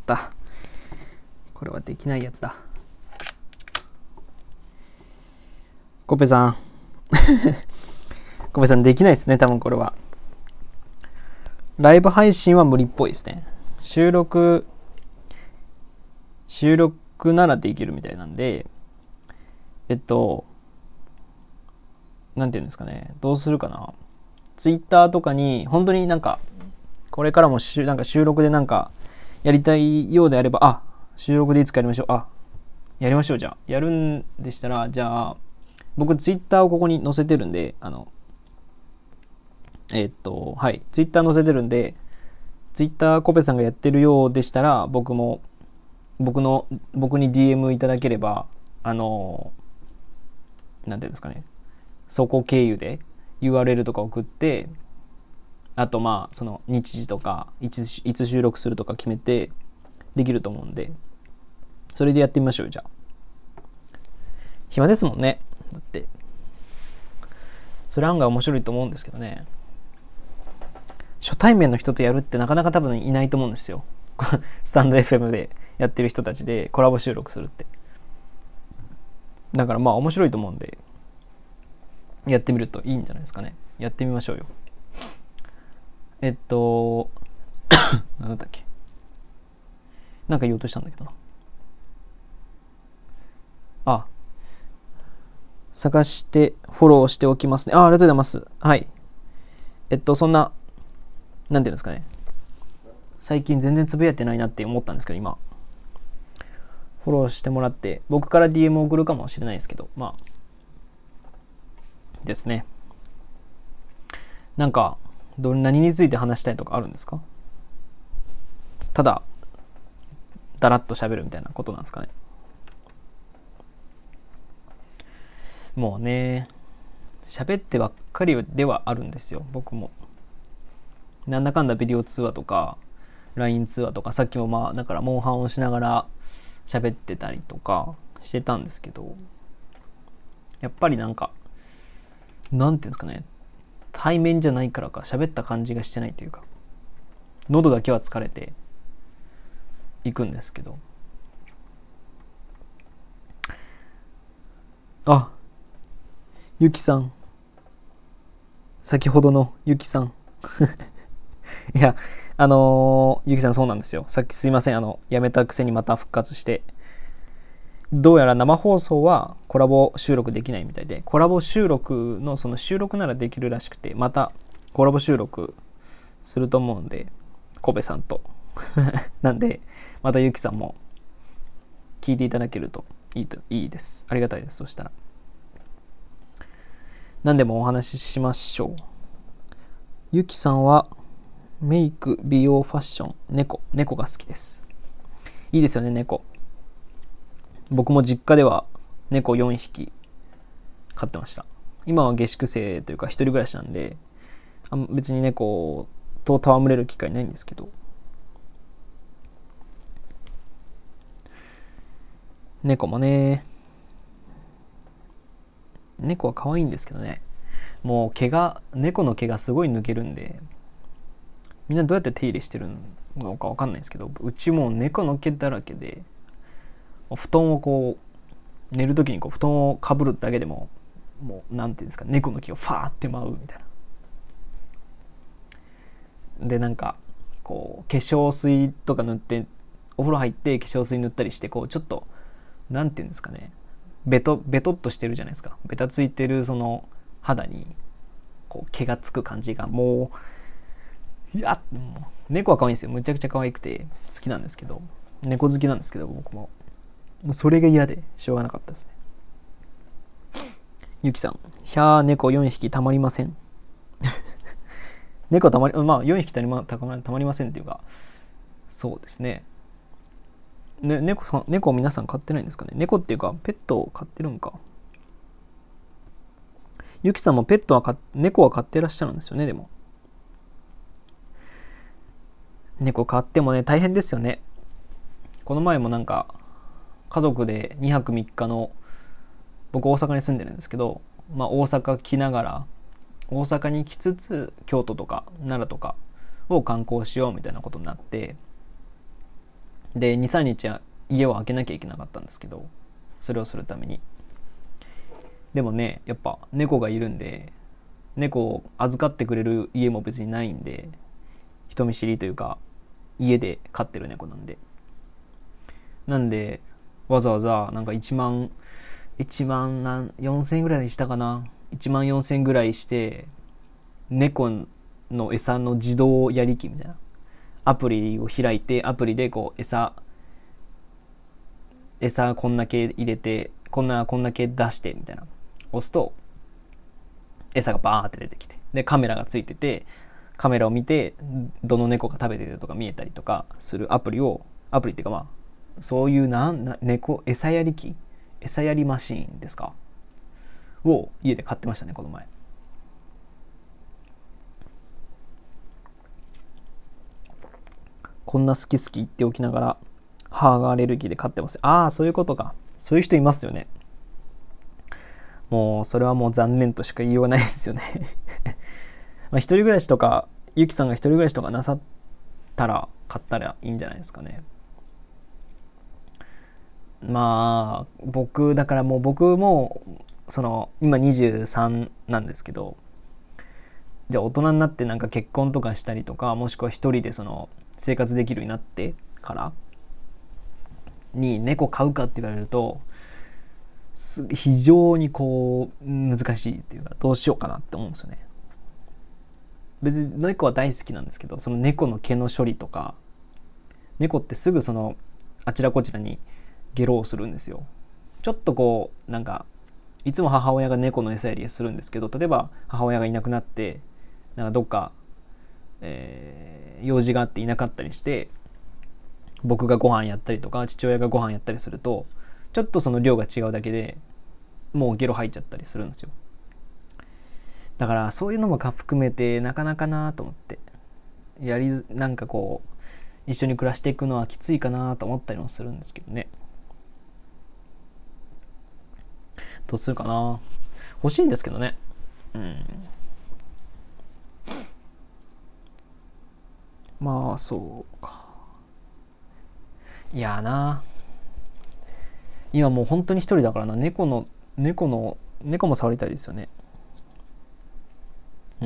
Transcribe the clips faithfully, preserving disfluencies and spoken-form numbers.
。これはできないやつだ。コペさんコペさんできないですね、多分これは。ライブ配信は無理っぽいですね。収録収録ならできるみたいなんで、えっとなんていうんですかね、どうするかな。ツイッターとかに本当になんかこれからもしなんか収録でなんかやりたいようであれば、あ、収録でいつかやりましょう、あ、やりましょう、じゃあやるんでしたら、じゃあ僕ツイッターをここに載せてるんで、あのえっとはいツイッター載せてるんで、ツイッターコペさんがやってるようでしたら、僕も僕の僕に ディーエム いただければ、あのなんていうんですかね、そこ経由で ユーアールエル とか送って、あとまあその日時とかいついつ収録するとか決めてできると思うんで、それでやってみましょう。じゃあ暇ですもんね。だってそれ案外面白いと思うんですけどね。初対面の人とやるってなかなか多分いないと思うんですよ。スタンド エフエム でやってる人たちでコラボ収録するって。だからまあ面白いと思うんで、やってみるといいんじゃないですかね。やってみましょうよ。えっと何だったっけ、なんか言おうとしたんだけどな。あ、探してフォローしておきますね。あ、ありがとうございます。はい。えっとそんな、なんていうんですかね、最近全然つぶやいてないなって思ったんですけど、今フォローしてもらって、僕から ディーエム を送るかもしれないですけど、まあですね。なんかど何について話したいとかあるんですか？ただだらっと喋るみたいなことなんですかね。もうね、喋ってばっかりではあるんですよ、僕も。なんだかんだビデオ通話とか ライン 通話とか、さっきもまあだからモンハンをしながら喋ってたりとかしてたんですけど、やっぱりなんかなんていうんですかね、対面じゃないからか喋った感じがしてないというか、喉だけは疲れていくんですけど。あ、ゆきさん、先ほどのゆきさんいや、あのー、ゆきさんそうなんですよ。さっきすいません、あのやめたくせにまた復活して、どうやら生放送はコラボ収録できないみたいで、コラボ収録のその収録ならできるらしくて、またコラボ収録すると思うんで、コベさんとなんでまたゆきさんも聞いていただけるといいといいです。ありがたいです。そしたら何でもお話ししましょう。ゆきさんはメイク、美容、ファッション、猫猫が好きです。いいですよね、猫。僕も実家では猫よんひき飼ってました。今は下宿生というか一人暮らしなんで、あ別に猫と戯れる機会ないんですけど、猫もね、猫は可愛いんですけどね、もう毛が、猫の毛がすごい抜けるんで、みんなどうやって手入れしてるのか分かんないんですけど、うちもう猫の毛だらけで、布団をこう寝る時にこう布団をかぶるだけでも、もうなんていうんですか、猫の毛をファーって舞うみたいな。でなんかこう化粧水とか塗って、お風呂入って化粧水塗ったりして、こうちょっとなんていうんですかね、ベトベトっとしてるじゃないですか。ベタついてるその肌にこう毛がつく感じが、もういや、もう猫は可愛いんですよ。むちゃくちゃ可愛くて好きなんですけど、猫好きなんですけど、僕ももうそれが嫌でしょうがなかったですね。ゆきさん、ひゃー猫よんひきたまりません猫たまり、まあよんひきたまたまたまりませんっていうか、そうですね。ね、猫猫を皆さん飼ってないんですかね。猫っていうかペットを飼ってるんか。ゆきさんもペットは飼猫は飼ってらっしゃるんですよね。でも猫飼ってもね大変ですよね。この前もなんか家族でにはくみっかの、僕大阪に住んでるんですけど、まあ、大阪来ながら大阪に来つつ京都とか奈良とかを観光しようみたいなことになって、 でにさんにち家を開けなきゃいけなかったんですけど、それをするために。でもね、やっぱ猫がいるんで、猫を預かってくれる家も別にないんで、人見知りというか家で飼ってる猫なんで、なんでわざわざなんかいちまんいちまんよんせんえんぐらいしたかな、いちまんよんせんえんぐらいして猫の餌の自動やり機みたいなアプリを開いて、アプリでこう餌餌こんだけ入れて、こんなこんだけ出してみたいな押すと餌がバーって出てきて、でカメラがついてて、カメラを見てどの猫が食べてるとか見えたりとかするアプリを、アプリっていうかまあそういうなんな猫餌やり機、餌やりマシーンですかを家で買ってましたね、この前。こんな好き好き言っておきながら母がアレルギーで飼ってます。ああ、そういうことか。そういう人いますよね。もうそれはもう残念としか言いようがないですよねまあ一人暮らしとか、ゆきさんが一人暮らしとかなさったら買ったらいいんじゃないですかね。まあ僕だからもう僕もその今にじゅうさんなんですけど、じゃあ大人になってなんか結婚とかしたりとか、もしくは一人でその生活できるようになってからに猫飼うかって言われると非常にこう難しいっていうか、どうしようかなって思うんですよね。別に猫は大好きなんですけど、その猫の毛の処理とか、猫ってすぐそのあちらこちらにゲロをするんですよ。ちょっとこうなんかいつも母親が猫の餌やりするんですけど、例えば母親がいなくなってなんかどっか、えー、用事があっていなかったりして、僕がご飯やったりとか父親がご飯やったりすると、ちょっとその量が違うだけでもうゲロ入っちゃったりするんですよ。だからそういうのも含めてなかなかなと思って、やりなんかこう一緒に暮らしていくのはきついかなと思ったりもするんですけどね。どうするかな。欲しいんですけどね。うん。まあそうか。いやーな。今もう本当に一人だからな。猫の猫の猫も触りたいですよね。うん。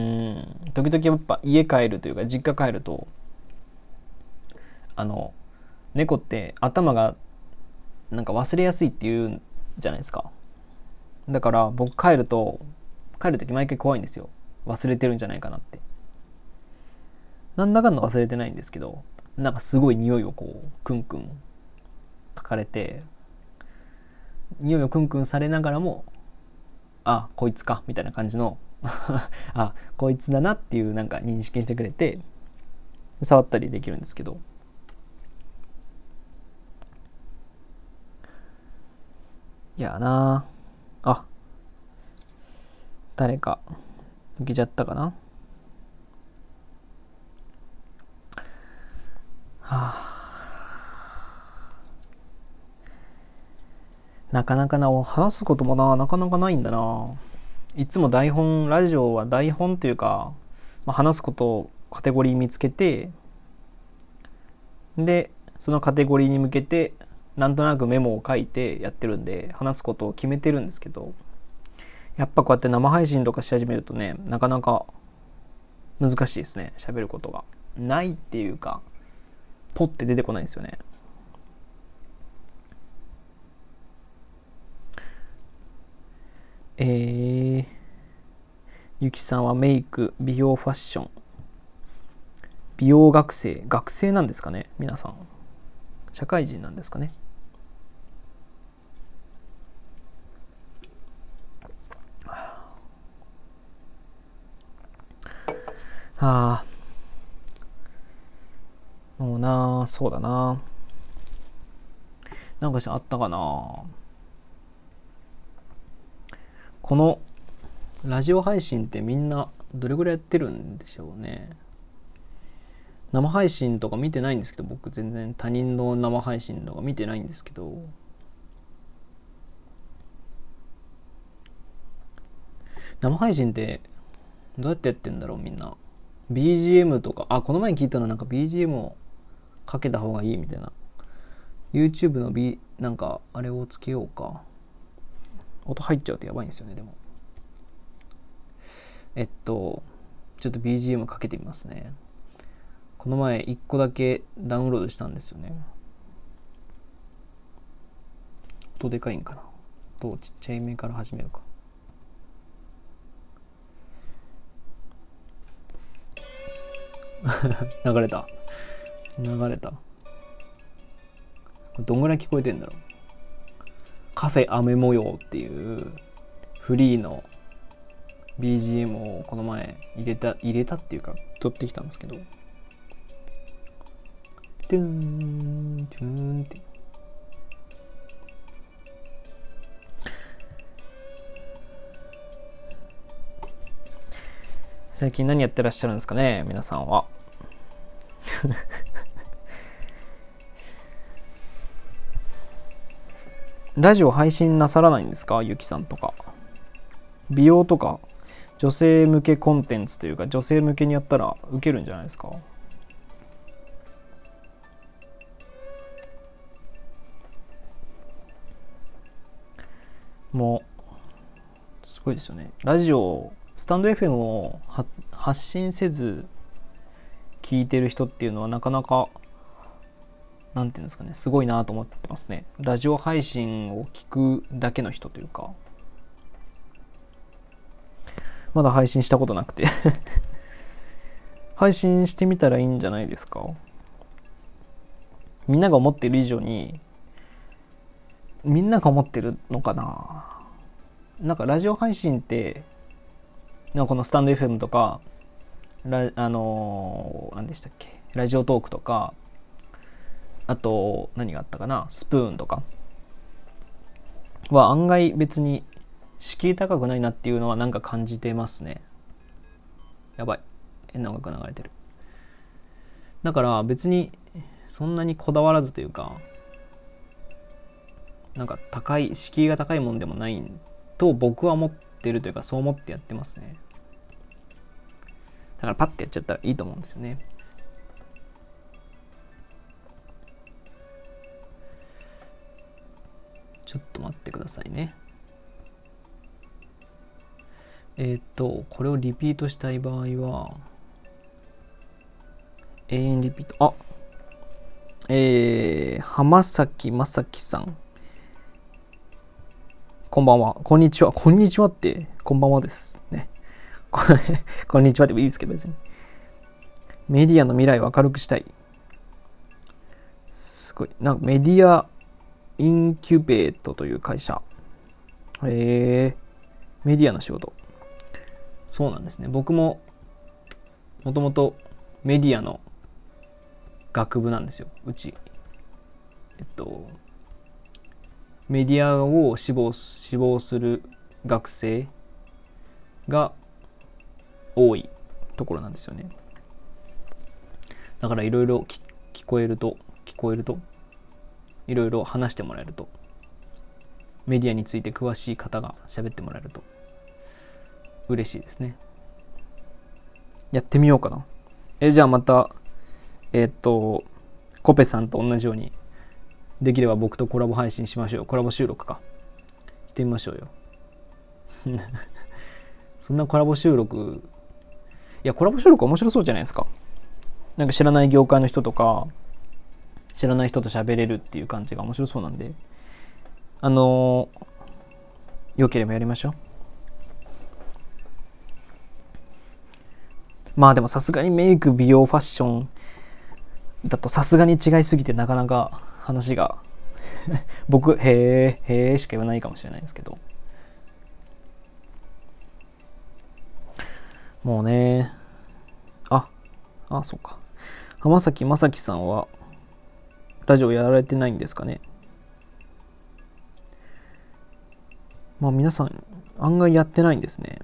時々やっぱ家帰るというか実家帰ると、あの猫って頭がなんか忘れやすいっていうんじゃないですか。だから僕帰ると帰るとき毎回怖いんですよ。忘れてるんじゃないかなって。なんだかんだ忘れてないんですけど、なんかすごい匂いをこうクンクン書かれて、匂いをクンクンされながらも、あ、こいつかみたいな感じのあ、こいつだなっていうなんか認識してくれて触ったりできるんですけど、いやなあ、誰か抜けちゃったかな。はあ、なかなかな、話すこともななかなかないんだな。いつも台本、ラジオは台本というか、まあ、話すことをカテゴリー見つけて、でそのカテゴリーに向けてなんとなくメモを書いてやってるんで、話すことを決めてるんですけど、やっぱこうやって生配信とかし始めるとね、なかなか難しいですね。喋ることがないっていうか、ポッて出てこないんですよね。えー、ゆきさんはメイク、美容、ファッション、美容学生、学生なんですかね、皆さん。社会人なんですかね。ああ、もうなあ、そうだな。なんかあったかな。このラジオ配信ってみんなどれぐらいやってるんでしょうね。生配信とか見てないんですけど、僕全然他人の生配信とか見てないんですけど、生配信ってどうやってやってんだろうみんな。 ビージーエム とか、あ、この前聞いたのはなんか ビージーエム をかけた方がいいみたいな YouTube の B なんかあれをつけようか。音入っちゃうとやばいんですよね。でもえっとちょっと ビージーエム かけてみますね。この前いっこだけダウンロードしたんですよね。音でかいんかな。音ちっちゃいめから始めるか。流れた流れた。これどんぐらい聞こえてんだろう。カフェ雨模様っていうフリーの ビージーエム をこの前入れた入れたっていうか取ってきたんですけど、トゥーントゥーンって最近何やってらっしゃるんですかね、皆さんは。ラジオ配信なさらないんですか、ゆきさんとか。美容とか女性向けコンテンツというか女性向けにやったらウケるんじゃないですか。もうすごいですよね。ラジオスタンド エフエム を発信せず聞いてる人っていうのはなかなかなんていうんですかね、すごいなと思ってますね。ラジオ配信を聞くだけの人というか、まだ配信したことなくて配信してみたらいいんじゃないですか。みんなが思ってる以上に、みんなが思ってるのかな。なんかラジオ配信ってなんかこのスタンド エフエム とかラあのー、何でしたっけ、ラジオトークとか、あと何があったかな、スプーンとかは案外別に敷居高くないなっていうのはなんか感じてますね。やばい、変な音楽流れてる。だから別にそんなにこだわらずというか、なんか高い敷居が高いもんでもないと僕は思ってるというか、そう思ってやってますね。だからパッてやっちゃったらいいと思うんですよね。ちょっと待ってくださいね。えっとこれをリピートしたい場合は永遠リピート。あ、えー、浜崎正樹さん、こんばんは。こんにちは。こんにちはってこんばんはですね。こんにちはでもいいですけど、別にメディアの未来を明るくしたい。すごい。なんかメディアインキュベートという会社。へえ、メディアの仕事。そうなんですね。僕ももともとメディアの学部なんですよ、うち。えっとメディアを志望志望する学生が多いところなんですよね。だからいろいろ聞こえると聞こえるといろいろ話してもらえると、メディアについて詳しい方が喋ってもらえると嬉しいですね。やってみようかな。えじゃあまたえっとコペさんと同じようにできれば僕とコラボ配信しましょう。コラボ収録かしてみましょうよ。そんなコラボ収録、いやコラボ収録面白そうじゃないですか。なんか知らない業界の人とか知らない人と喋れるっていう感じが面白そうなんで、あのー、よければやりましょう。まあでもさすがにメイク、美容、ファッションだとさすがに違いすぎてなかなか話が僕へーへーしか言わないかもしれないですけど、もうね、ああそうか、浜崎正樹さんはラジオやられてないんですかね。まあ皆さん案外やってないんですね。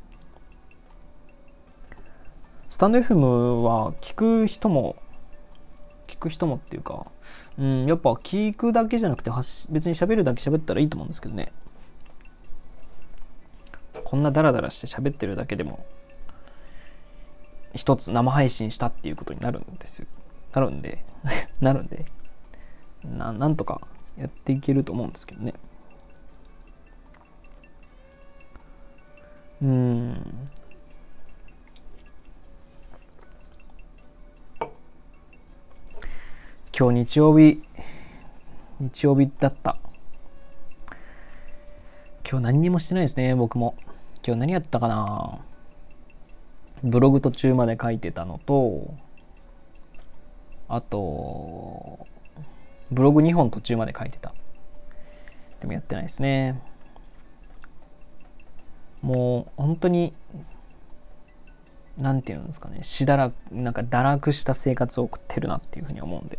スタンド エフエム は聞く人も聞く人もっていうか、うん、やっぱ聞くだけじゃなくて別に喋るだけ喋ったらいいと思うんですけどね。こんなダラダラして喋ってるだけでも一つ生配信したっていうことになるんですよ。なるんでなるんでななんとかやっていけると思うんですけどね。うーん今日日曜日日曜日だった今日何にもしてないですね。僕も今日何やったかな。ブログ途中まで書いてたのと、あとブログにほん途中まで書いてた。でもやってないですね。もう本当になんていうんですかね、しだらなんか堕落した生活を送ってるなっていうふうに思うんで。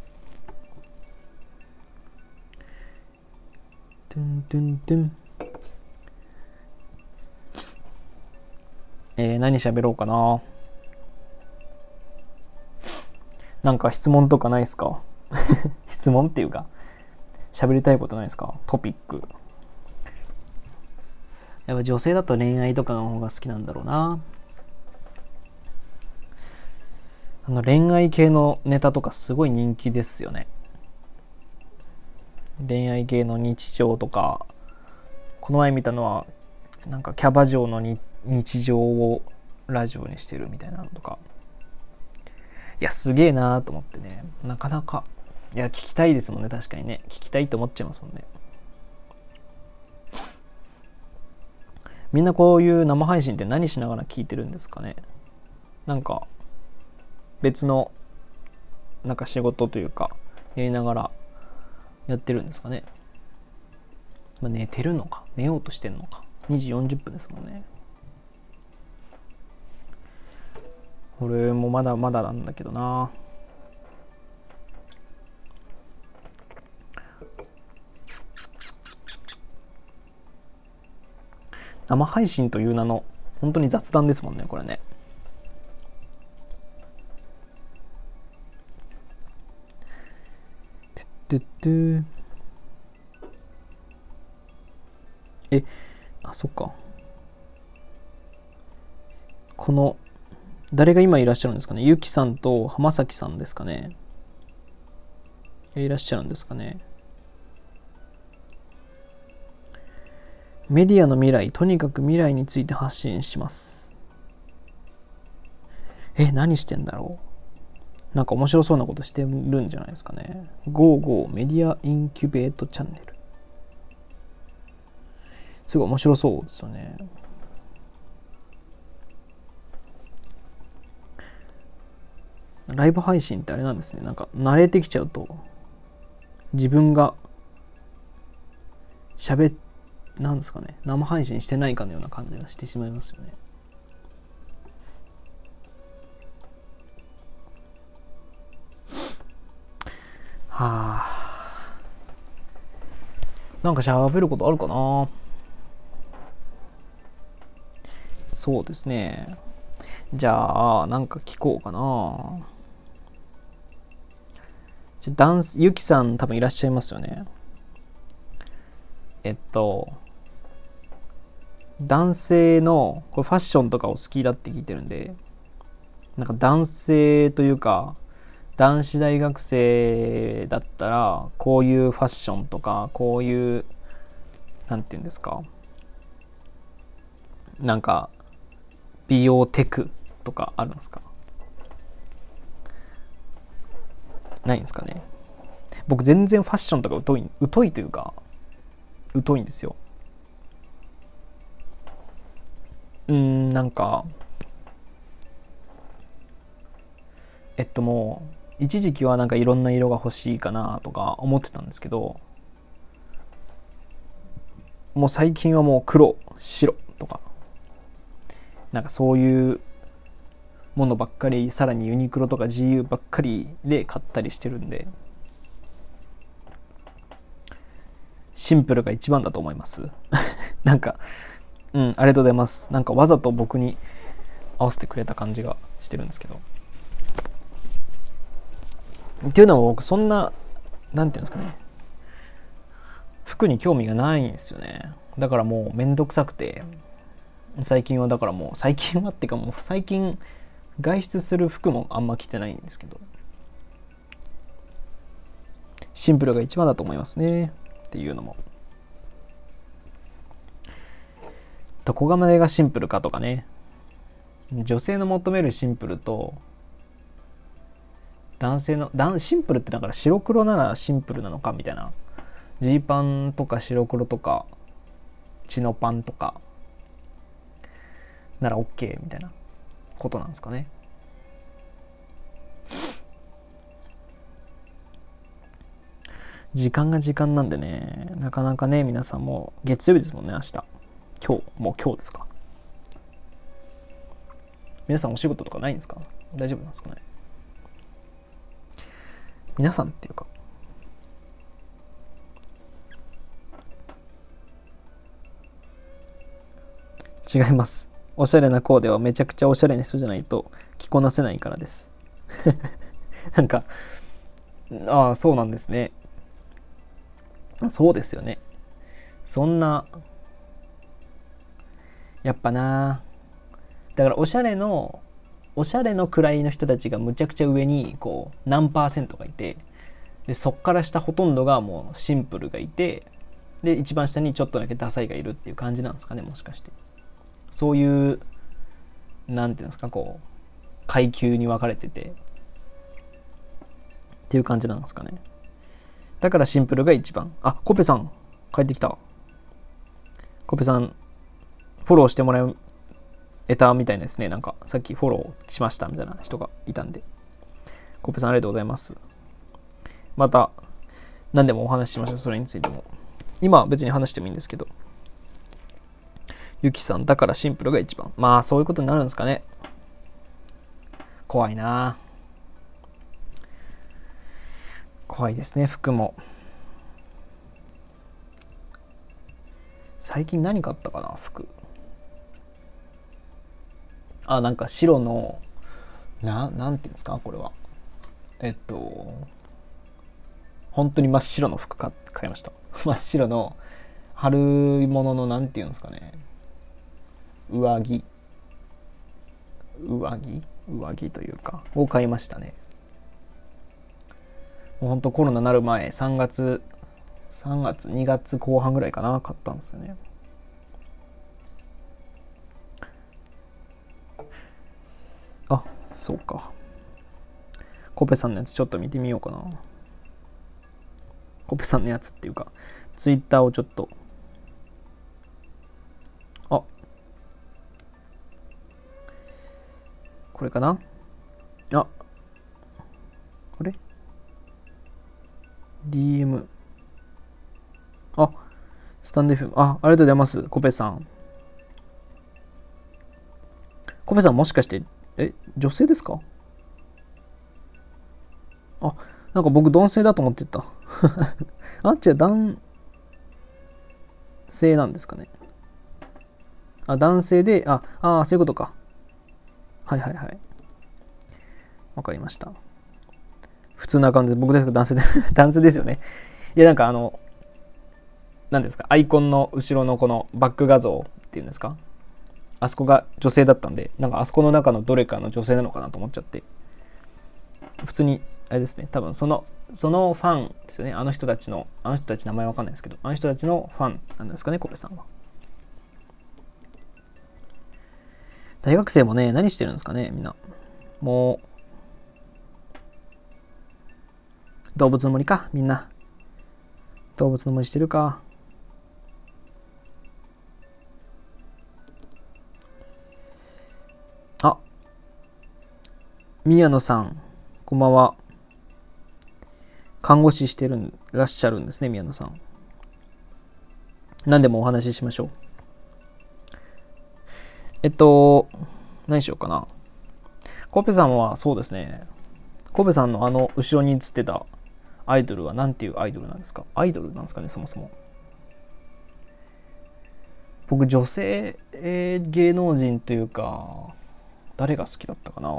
トゥントゥントゥン。えー、何喋ろうかな。なんか質問とかないですか？質問っていうか喋りたいことないですか？トピック。やっぱ女性だと恋愛とかの方が好きなんだろうな。あの恋愛系のネタとかすごい人気ですよね。恋愛系の日常とか、この前見たのはなんかキャバ嬢のに日常をラジオにしてるみたいなのとか、いやすげえなーと思ってね。なかなかいや聞きたいですもんね。確かにね、聞きたいと思っちゃいますもんね。みんなこういう生配信って何しながら聞いてるんですかね。なんか別のなんか仕事というかやりながらやってるんですかね。まあ、寝てるのか寝ようとしてんのか。にじよんじゅっぷんですもんね。俺もまだまだなんだけどな。生配信という名の本当に雑談ですもんねこれね。てってってえあそっか。この誰が今いらっしゃるんですかね。ゆきさんと浜崎さんですかね。いらっしゃるんですかね。メディアの未来、とにかく未来について発信します。え、何してんだろう。なんか面白そうなことしてるんじゃないですかね。ゴーゴーメディアインキュベートチャンネル。すごい面白そうですよね。ライブ配信ってあれなんですね。なんか慣れてきちゃうと自分が喋っなんですかね、生配信してないかのような感じがしてしまいますよね。はあ。なんか喋ることあるかな。そうですね。じゃあなんか聞こうかな。じゃダンスゆきさん多分いらっしゃいますよね。えっと男性のこれファッションとかを好きだって聞いてるんで、なんか男性というか男子大学生だったらこういうファッションとかこういうなんていうんですか、なんか美容テクとかあるんですか？ないんですかね。僕全然ファッションとか疎い疎いというか疎いんですよ。うーんなんかえっともう一時期はなんかいろんな色が欲しいかなとか思ってたんですけど、もう最近はもう黒白とかなんかそういうものばっかり、さらにユニクロとか ジーユー ばっかりで買ったりしてるんで、シンプルが一番だと思いますなんかうんありがとうございます。なんかわざと僕に合わせてくれた感じがしてるんですけど、っていうのも僕そんななんていうんですかね、服に興味がないんですよね。だからもうめんどくさくて、最近はだからもう最近はっていうかもう最近外出する服もあんま着てないんですけど、 シンプルが一番だと思いますね。っていうのも。どこがまでがシンプルかとかね。女性の求めるシンプルと、男性の、シンプルってだから白黒ならシンプルなのかみたいな。ジーパンとか白黒とか、チノパンとか、なら OK みたいなことなんですかね。時間が時間なんでね、なかなかね、皆さんも月曜日ですもんね、明日。今日、もう今日ですか。皆さんお仕事とかないんですか？大丈夫なんですかね。皆さんっていうか。違います。おしゃれなコーデはめちゃくちゃおしゃれな人じゃないと着こなせないからです。なんか、ああ、そうなんですね。そうですよね。そんな、やっぱな、だからおしゃれの、おしゃれの位の人たちがむちゃくちゃ上にこう何パーセントがいて、でそっから下ほとんどがもうシンプルがいて、で一番下にちょっとだけダサいがいるっていう感じなんですかね、もしかして。そういう、なんていうんですか、こう階級に分かれててっていう感じなんですかね。だからシンプルが一番。あ、コペさん帰ってきた。コペさんフォローしてもらえたみたいですね。なんかさっきフォローしましたみたいな人がいたんで、コペさんありがとうございます。また何でもお話ししましょう。それについても今は別に話してもいいんですけど、ゆきさんだからシンプルが一番。まあそういうことになるんですかね。怖いな、怖いですね。服も最近何買ったかな、服。あ、なんか白のな、なんていうんですかこれは。えっと本当に真っ白の服買いました。真っ白の春物のなんていうんですかね、上着上着上着というかを買いましたね。もうほんとコロナなる前、さんがつさんがつにがつこう半ぐらいかな、買ったんですよね。あ、そうか。コペさんのやつちょっと見てみようかな。コペさんのやつっていうかツイッターをちょっと、あ、これかな。あ、これ ディーエム、 あ、スタンド エフエム、 あ、ありがとうございます。コペさん、コペさんもしかしてえ女性ですか？あ、なんか僕男性だと思ってた。あ、違う、男性なんですかね。あ、男性で、ああ、そういうことか。はいはいはい、わかりました。普通のアカウントで、僕ですが男性で男性ですよね。いや、なんかあの何ですか、アイコンの後ろのこのバック画像っていうんですか、あそこが女性だったんで、なんかあそこの中のどれかの女性なのかなと思っちゃって、普通にあれですね、多分そのそのファンですよね。あの人たちの、あの人たち名前わかんないですけど、あの人たちのファンなんですかね、コペさんは。大学生もね、何してるんですかね、みんな。もう動物の森か、みんな。動物の森してるか。あ、宮野さん、こんばんは。看護師してるんらっしゃるんですね、宮野さん。何でもお話ししましょう。えっと、何しようかな。コペさんはそうですね。コペさんのあの後ろに映ってたアイドルは何ていうアイドルなんですか？アイドルなんですかね、そもそも。僕、女性芸能人というか、誰が好きだったかな。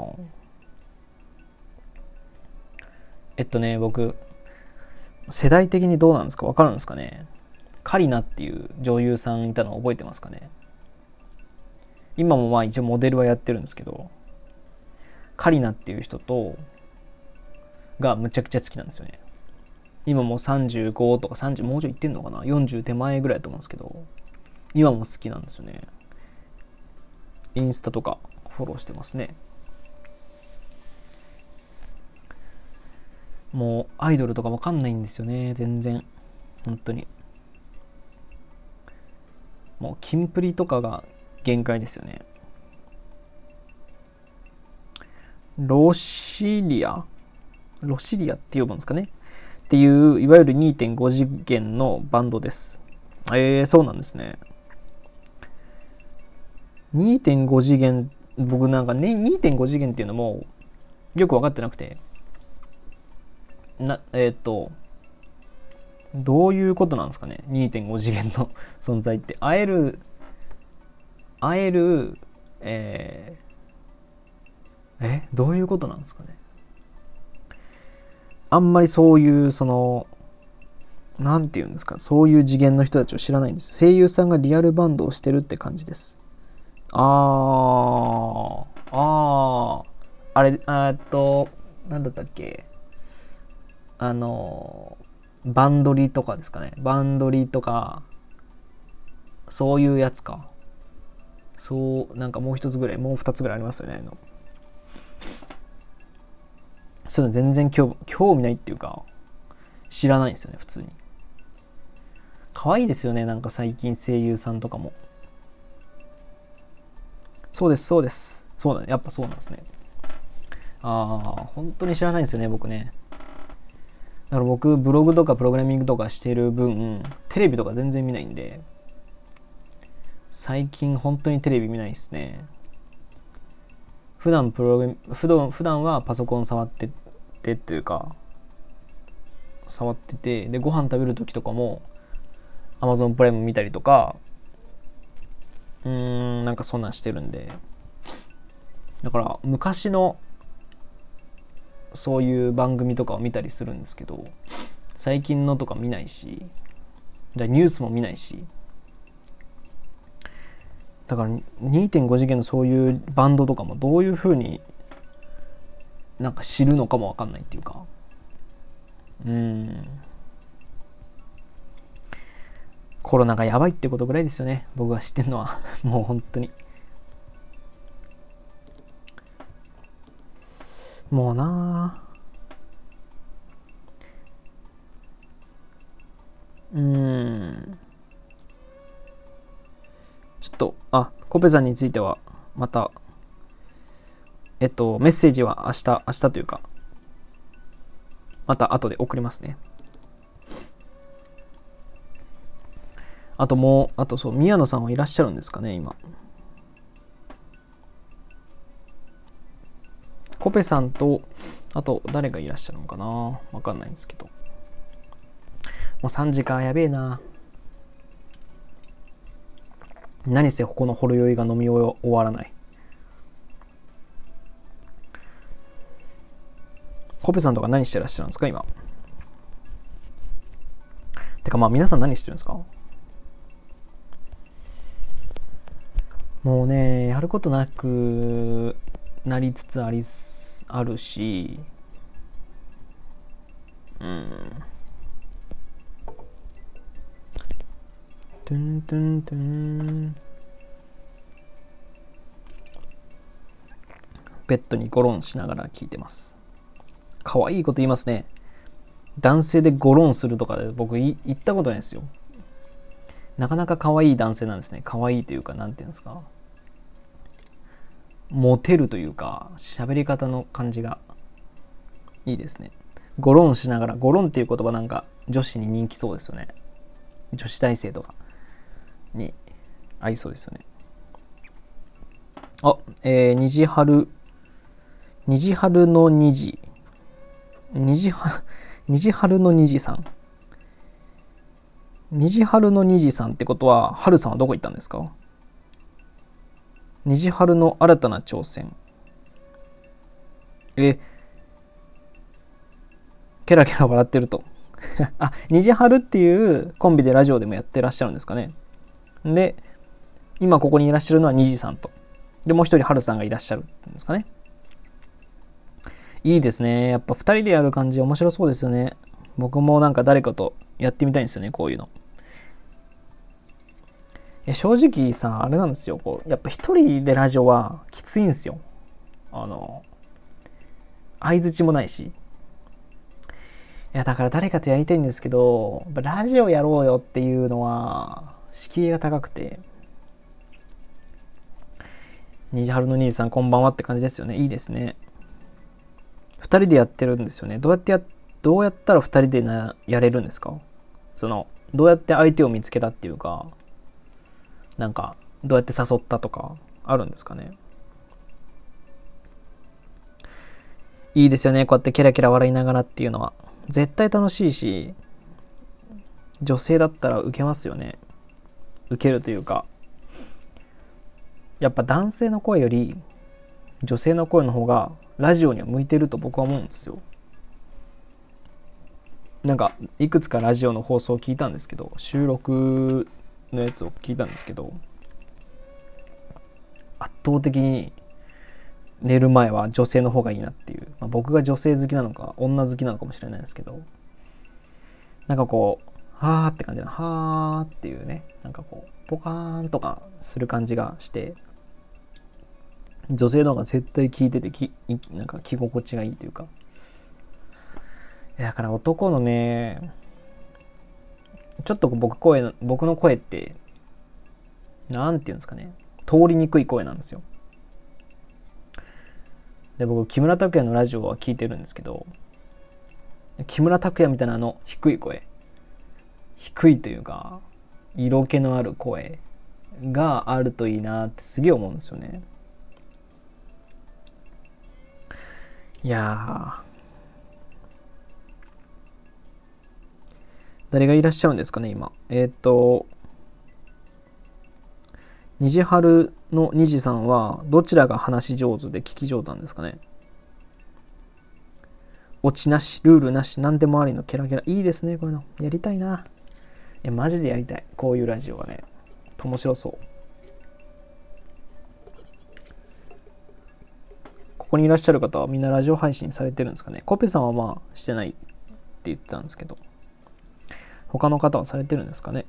えっとね、僕、世代的にどうなんですか？分かるんですかね。カリナっていう女優さんいたの覚えてますかね。今もまあ一応モデルはやってるんですけど、カリナっていう人とがむちゃくちゃ好きなんですよね。 今もうさんじゅうごとかさんじゅう、もうちょいいってんのかな、よんじゅう手前ぐらいだと思うんですけど、今も好きなんですよね。インスタとかフォローしてますね。もうアイドルとかわかんないんですよね、全然。本当に。もうキンプリとかが限界ですよね。ロシリアロシリアって呼ぶんですかねっていう、いわゆる にてんご 次元のバンドです。えー、そうなんですね。にてんご 次元、僕なんかね、にてんご 次元っていうのもよく分かってなくて、な、えー、っと、どういうことなんですかね にてんご 次元の存在って。会える、会える、えー、え、どういうことなんですかね。あんまりそういう、その、なんていうんですか、そういう次元の人たちを知らないんです。声優さんがリアルバンドをしてるって感じです。あー、あー、あれ、えっと、なんだったっけ、あの、バンドリとかですかね。バンドリとか、そういうやつか。そう、なんかもう一つぐらい、もう二つぐらいありますよね。のそういうの全然興興味ないっていうか、知らないんですよね、普通に。可愛いですよね、なんか最近声優さんとかも。そうです、そうです。そうだね、やっぱそうなんですね。ああ、本当に知らないんですよね、僕ね。だから僕、ブログとかプログラミングとかしてる分、テレビとか全然見ないんで、最近本当にテレビ見ないですね。普段プログラ普段普段はパソコン触っててっていうか、触ってて、で、ご飯食べる時とかも、Amazon プライム見たりとか、うーん、なんかそんなんしてるんで、だから昔のそういう番組とかを見たりするんですけど、最近のとか見ないし、ニュースも見ないし、だから にてんご 次元のそういうバンドとかもどういう風になんか知るのかもわかんないっていうか、うーん、コロナがやばいってことぐらいですよね、僕が知ってんのは。もう本当にもうなぁ、うーん、ちょっと、あ、コペさんについてはまた、えっとメッセージは明日明日というか、また後で送りますね。あともう、あとそう、宮野さんはいらっしゃるんですかね、今。コペさんと、あと誰がいらっしゃるのかな、わかんないんですけど。もうさんじか、やべえな。何せここのほろ酔いが飲み終わらない。コペさんとか何してらっしゃるんですか、今。てかまあ皆さん何してるんですか。もうね、やることなくなりつつありあるし、うん。トゥントゥントゥン。ベッドにゴロンしながら聞いてます。可愛いこと言いますね。男性でゴロンするとかで僕言ったことないですよ。なかなか可愛い男性なんですね。可愛いというか、なんていうんですか。モテるというか、喋り方の感じがいいですね。ゴロンしながら、ゴロンっていう言葉なんか女子に人気そうですよね。女子大生とかに合いそうですよね。あ、えー、虹春、虹春の虹。虹春、虹春の虹さん。虹春の虹さんってことは、春さんはどこ行ったんですか。虹春の新たな挑戦。え、ケラケラ笑ってると。あ、虹春っていうコンビでラジオでもやってらっしゃるんですかね。で、今ここにいらっしゃるのは虹さんと。で、もう一人春さんがいらっしゃるんですかね。いいですね。やっぱ二人でやる感じ面白そうですよね。 僕もなんか誰かとやってみたいんですよね、こういうの。いや正直さ、あれなんですよ、こうやっぱ一人でラジオはきついんですよ。あの相づちもないし。いやだから誰かとやりたいんですけど、ラジオやろうよっていうのは敷居が高くて、虹春の虹さんこんばんはって感じですよね。いいですね。二人でやってるんですよね。どうやってやどうやったら二人でなやれるんですか？そのどうやって相手を見つけたっていうか、なんかどうやって誘ったとかあるんですかね。いいですよね、こうやってケラケラ笑いながらっていうのは絶対楽しいし、女性だったらウケますよね。ウケるというか、やっぱ男性の声より女性の声の方がラジオには向いてると僕は思うんですよ。なんかいくつかラジオの放送を聞いたんですけど、収録のやつを聞いたんですけど、圧倒的に寝る前は女性の方がいいなっていう、まあ、僕が女性好きなのか女好きなのかもしれないですけど、なんかこうはーって感じな、はーっていうね、なんかこうポカーンとかする感じがして、女性の方が絶対聞いててきなんか着心地がいいというか。だから男のね、ちょっと僕声僕の声ってなんていうんですかね、通りにくい声なんですよ。で僕木村拓哉のラジオは聞いてるんですけど、木村拓哉みたいなあの低い声、低いというか色気のある声があるといいなってすげえ思うんですよね。いやー、誰がいらっしゃるんですかね今。えっ、ー、と虹春の虹さんはどちらが話し上手で聞き上手なんですかね。オチなし、ルールなし、何でもありのケラケラ。いいですね、こういうの。やりたいな。いや、マジでやりたい。こういうラジオはね。面白そう。ここにいらっしゃる方はみんなラジオ配信されてるんですかね。コペさんはまあしてないって言ってたんですけど、他の方はされてるんですかね。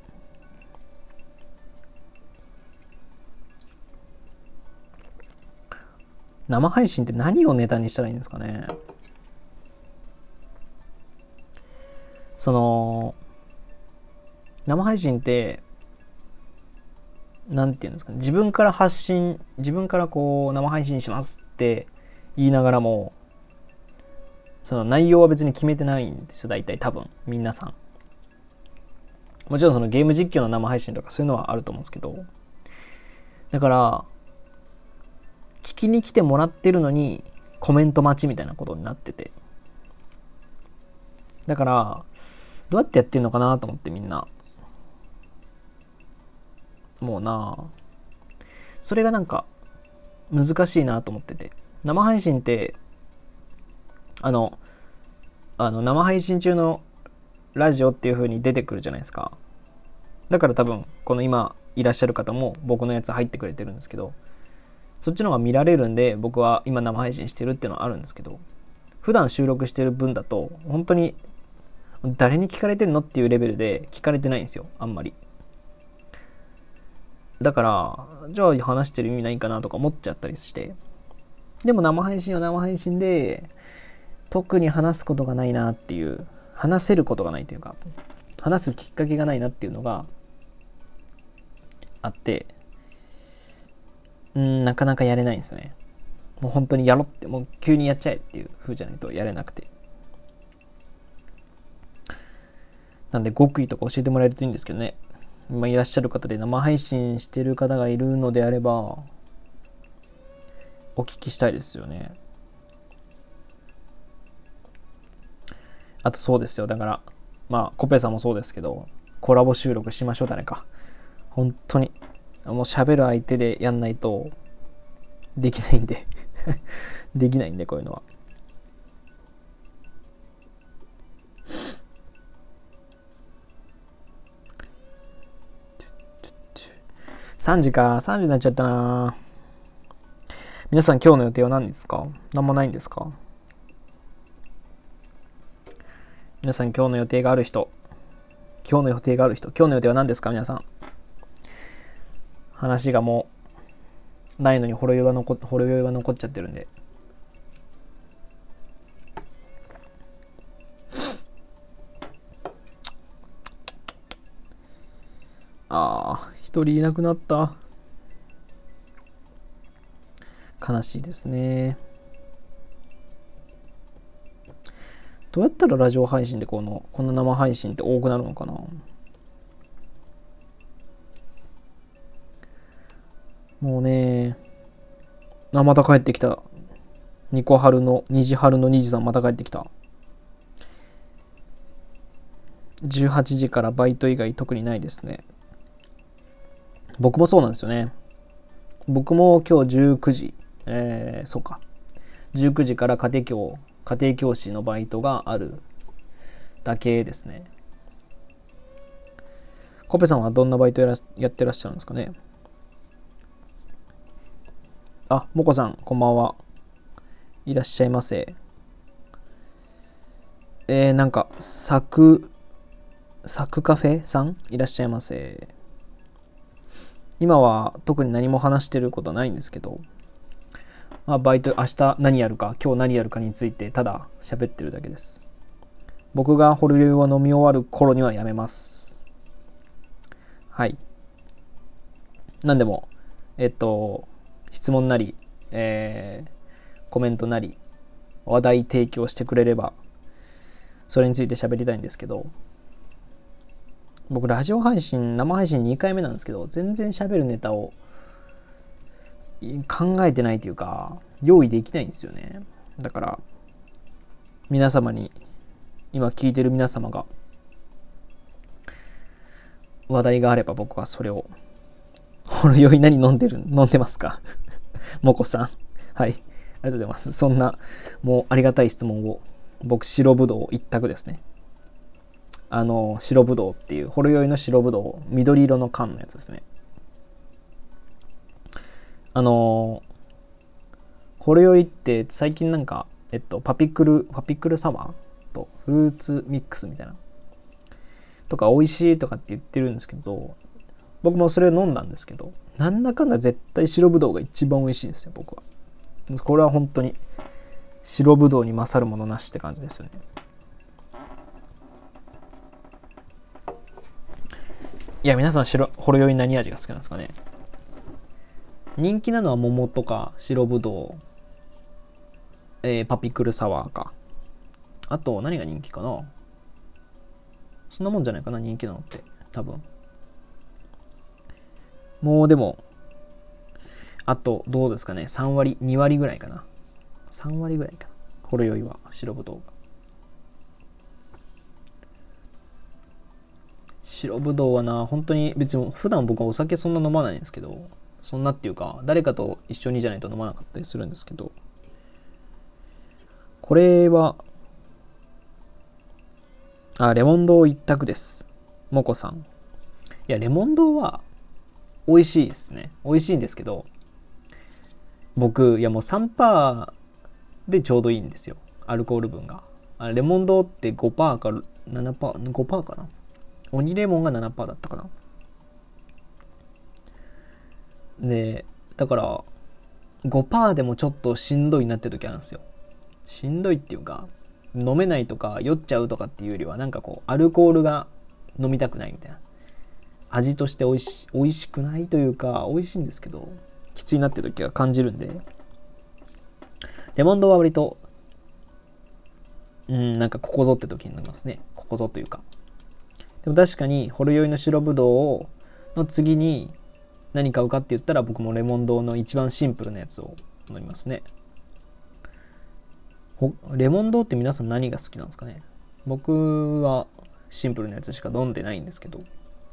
生配信って何をネタにしたらいいんですかね。その生配信ってなんていうんですかね、自分から発信、自分からこう生配信しますって言いながらも、その内容は別に決めてないんですよ、大体多分皆さん。もちろんそのゲーム実況の生配信とかそういうのはあると思うんですけど、だから聞きに来てもらってるのにコメント待ちみたいなことになってて、だからどうやってやってんのかなと思って、みんなもうな、それがなんか難しいなと思ってて、生配信ってあのあの生配信中のラジオっていう風に出てくるじゃないですか。だから多分この今いらっしゃる方も僕のやつ入ってくれてるんですけど、そっちの方が見られるんで僕は今生配信してるっていうのはあるんですけど、普段収録してる分だと本当に誰に聞かれてんのっていうレベルで聞かれてないんですよ、あんまり。だからじゃあ話してる意味ないかなとか思っちゃったりして、でも生配信は生配信で特に話すことがないなっていう、話せることがないというか話すきっかけがないなっていうのがあって、うん、なかなかやれないんですよね。もう本当にやろって、もう急にやっちゃえっていう風じゃないとやれなくて、なんで極意とか教えてもらえるといいんですけどね。今いらっしゃる方で生配信してる方がいるのであればお聞きしたいですよね。あとそうですよ、だからまあコペさんもそうですけど、コラボ収録しましょう、誰か。本当にもう喋る相手でやんないとできないんでできないんで、こういうのは。さんじか、さんじになっちゃったな。皆さん今日の予定は何ですか？何もないんですか？ 皆さん今日の予定がある人、今日の予定がある人、今日の予定は何ですか皆さん。話がもうないのにほろ酔いは残っ、ほろ酔いは残っちゃってるんで。ああ、一人いなくなった。悲しいですね。どうやったらラジオ配信でこのこの生配信って多くなるのかな。もうね、あ、また帰ってきた。ニコハルの虹春の虹さんまた帰ってきた。じゅうはちじからバイト以外特にないですね。僕もそうなんですよね。僕も今日じゅうくじ、えー、そうか。じゅうくじから家庭教、家庭教師のバイトがあるだけですね。コペさんはどんなバイトやらやってらっしゃるんですかね。あ、もこさん、こんばんは。いらっしゃいませ。えー、なんか、サク、サクカフェさんいらっしゃいませ。今は特に何も話してることはないんですけど、まあ、バイト、明日何やるか、今日何やるかについてただ喋ってるだけです。僕がホル酔いを飲み終わる頃にはやめます。はい。なんでも、えっと、質問なり、えー、コメントなり、話題提供してくれれば、それについて喋りたいんですけど、僕ラジオ配信、生配信にかいめなんですけど、全然喋るネタを考えてないというか、用意できないんですよね。だから、皆様に、今聞いてる皆様が、話題があれば僕はそれを、ほろ酔い何飲んでる、飲んでますかもこさん。はい。ありがとうございます。そんな、もうありがたい質問を、僕、白ぶどう一択ですね。あの、白ぶどうっていう、ほろ酔いの白ぶどう、緑色の缶のやつですね。あの、ほろ酔いって最近なんか、えっと、パピクル、パピクルサワーとフルーツミックスみたいな。とか、美味しいとかって言ってるんですけど、僕もそれを飲んだんですけど、なんだかんだ絶対白ぶどうが一番美味しいんですよ、僕は。これは本当に白ぶどうに勝るものなしって感じですよね。いや、皆さん白ほろ酔い何味が好きなんですかね。人気なのは桃とか白ぶどう、えー、パピクルサワーか。あと何が人気かな。そんなもんじゃないかな、人気なのって多分。もうでもあとどうですかね、さんわりにわりぐらいかな。さんわりぐらいかな、ほろ酔いは白ぶどうが。白ぶどうはな、本当に別に普段僕はお酒そんな飲まないんですけど、そんなっていうか誰かと一緒にじゃないと飲まなかったりするんですけど、これはあレモン堂一択です。もこさん。いや、レモン堂は美味しいですね。美味しいんですけど、僕いやもう さんパーセント でちょうどいいんですよ、アルコール分が。あレモン堂って ごパーセント か ななパーセント、ごパーセント かな。鬼レモンが ななパーセント だったかな。でだからごパーセント でもちょっとしんどいなって時あるんですよ。しんどいっていうか、飲めないとか酔っちゃうとかっていうよりは、なんかこうアルコールが飲みたくないみたいな、味として美味し美味しくないというか、美味しいんですけどきついなって時は感じるんで、レモンドは割とうんなんかここぞって時に飲みますね。ここぞというか。でも確かにほろ酔いの白ぶどうの次に何買うかって言ったら、僕もレモン堂の一番シンプルなやつを飲みますね。レモン堂って皆さん何が好きなんですかね。僕はシンプルなやつしか飲んでないんですけど、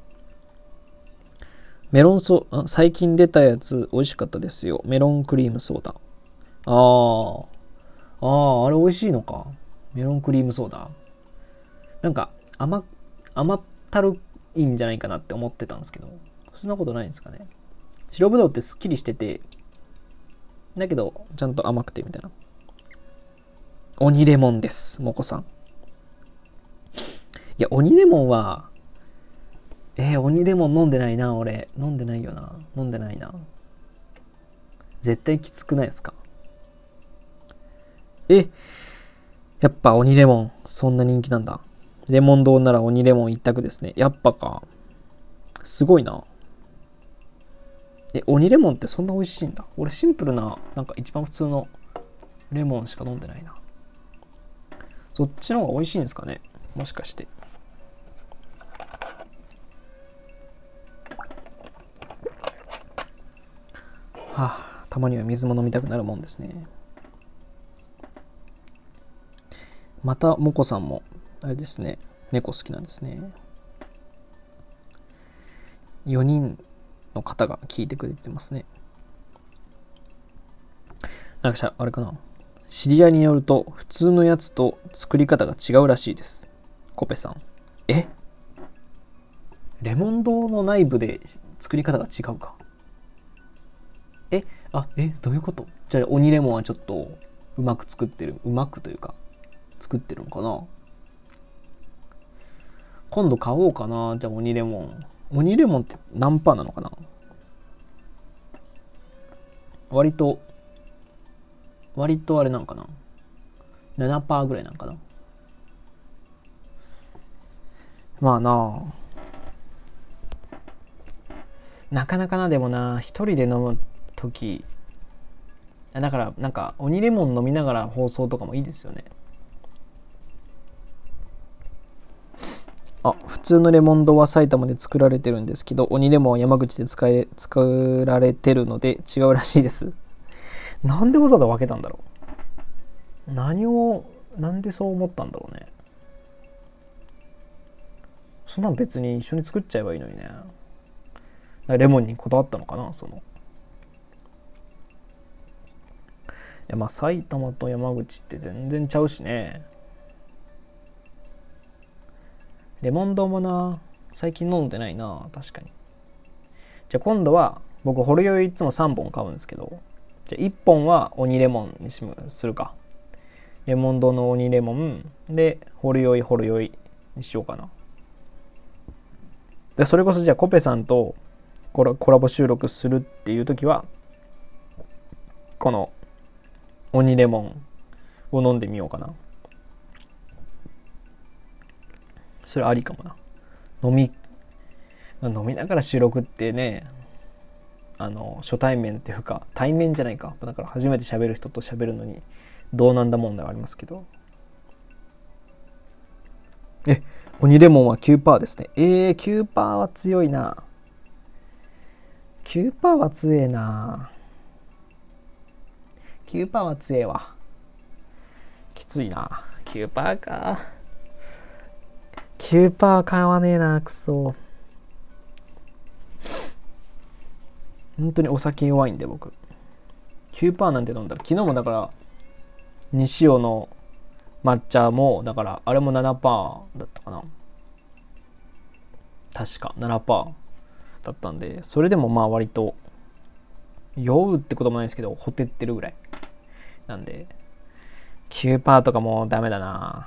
メロンソー最近出たやつ美味しかったですよ。メロンクリームソーダ。あーあーあれ美味しいのか。メロンクリームソーダなんか甘甘ったるいんじゃないかなって思ってたんですけど、そんなことないんですかね。白ぶどうってすっきりしてて、だけどちゃんと甘くてみたいな。鬼レモンです、もこさん。 いや鬼レモンはえー、鬼レモン飲んでないな。俺飲んでないよな。飲んでないな。絶対きつくないですか？え、やっぱ鬼レモンそんな人気なんだ。レモン堂なら鬼レモン一択ですね。やっぱか。すごいな。え、鬼レモンってそんな美味しいんだ。俺シンプルな、なんか一番普通のレモンしか飲んでないな。そっちの方が美味しいんですかね、もしかして。はあ、たまには水も飲みたくなるもんですね。またモコさんもあれですね、猫好きなんですね。よにんの方が聞いてくれてますね。なんかしゃあれかな、知り合いによると普通のやつと作り方が違うらしいです。コペさん、え、レモン堂の内部で作り方が違うか。え、あ、え、どういうこと？じゃあ鬼レモンはちょっとうまく作ってる、うまくというか作ってるのかな。今度買おうかな。じゃあ鬼レモン。鬼レモンって何パーなのかな。割と割とあれなんかな、ななパーセント ぐらいなんかな。まあななかなかな。でもな、一人で飲むときだからなんか鬼レモン飲みながら放送とかもいいですよね。あ、普通のレモン堂は埼玉で作られてるんですけど、鬼レモンは山口で使え作られてるので違うらしいです。なんでわざわざ分けたんだろう。何をなんでそう思ったんだろうね。そんなん別に一緒に作っちゃえばいいのにね。レモンにこだわったのかな。そのいや、まあ埼玉と山口って全然ちゃうしね。レモン丼もな、最近飲んでないな。確かに。じゃあ今度は僕ほろ酔いいつもさんぼん買うんですけど、じゃあいっぽんは鬼レモンにするか。レモン丼の鬼レモンでほろ酔いほろ酔いにしようかな。でそれこそじゃあコペさんとコラ、コラボ収録するっていう時はこの鬼レモンを飲んでみようかな。それありかもな。飲み飲みながら収録ってね、あの初対面っていうか対面じゃないか、だから初めて喋る人と喋るのにどうなんだ問題はありますけど。え、鬼レモンは きゅうパーセント ですね。えー、きゅうパーセント は強いな。きゅうパーセント は強えな。きゅうパーセント は強えわ。きついな。きゅうパーセント か。きゅうパーセント 買わねえな、くそ。本当にお酒弱いんで僕。きゅうパーセント なんて飲んだら、昨日もだから西尾の抹茶もだからあれも ななパーセント だったかな。確か ななパーセント だったんで、それでもまあ割と酔うってこともないですけどほてってるぐらいなんで、 きゅうパーセント とかもうダメだな。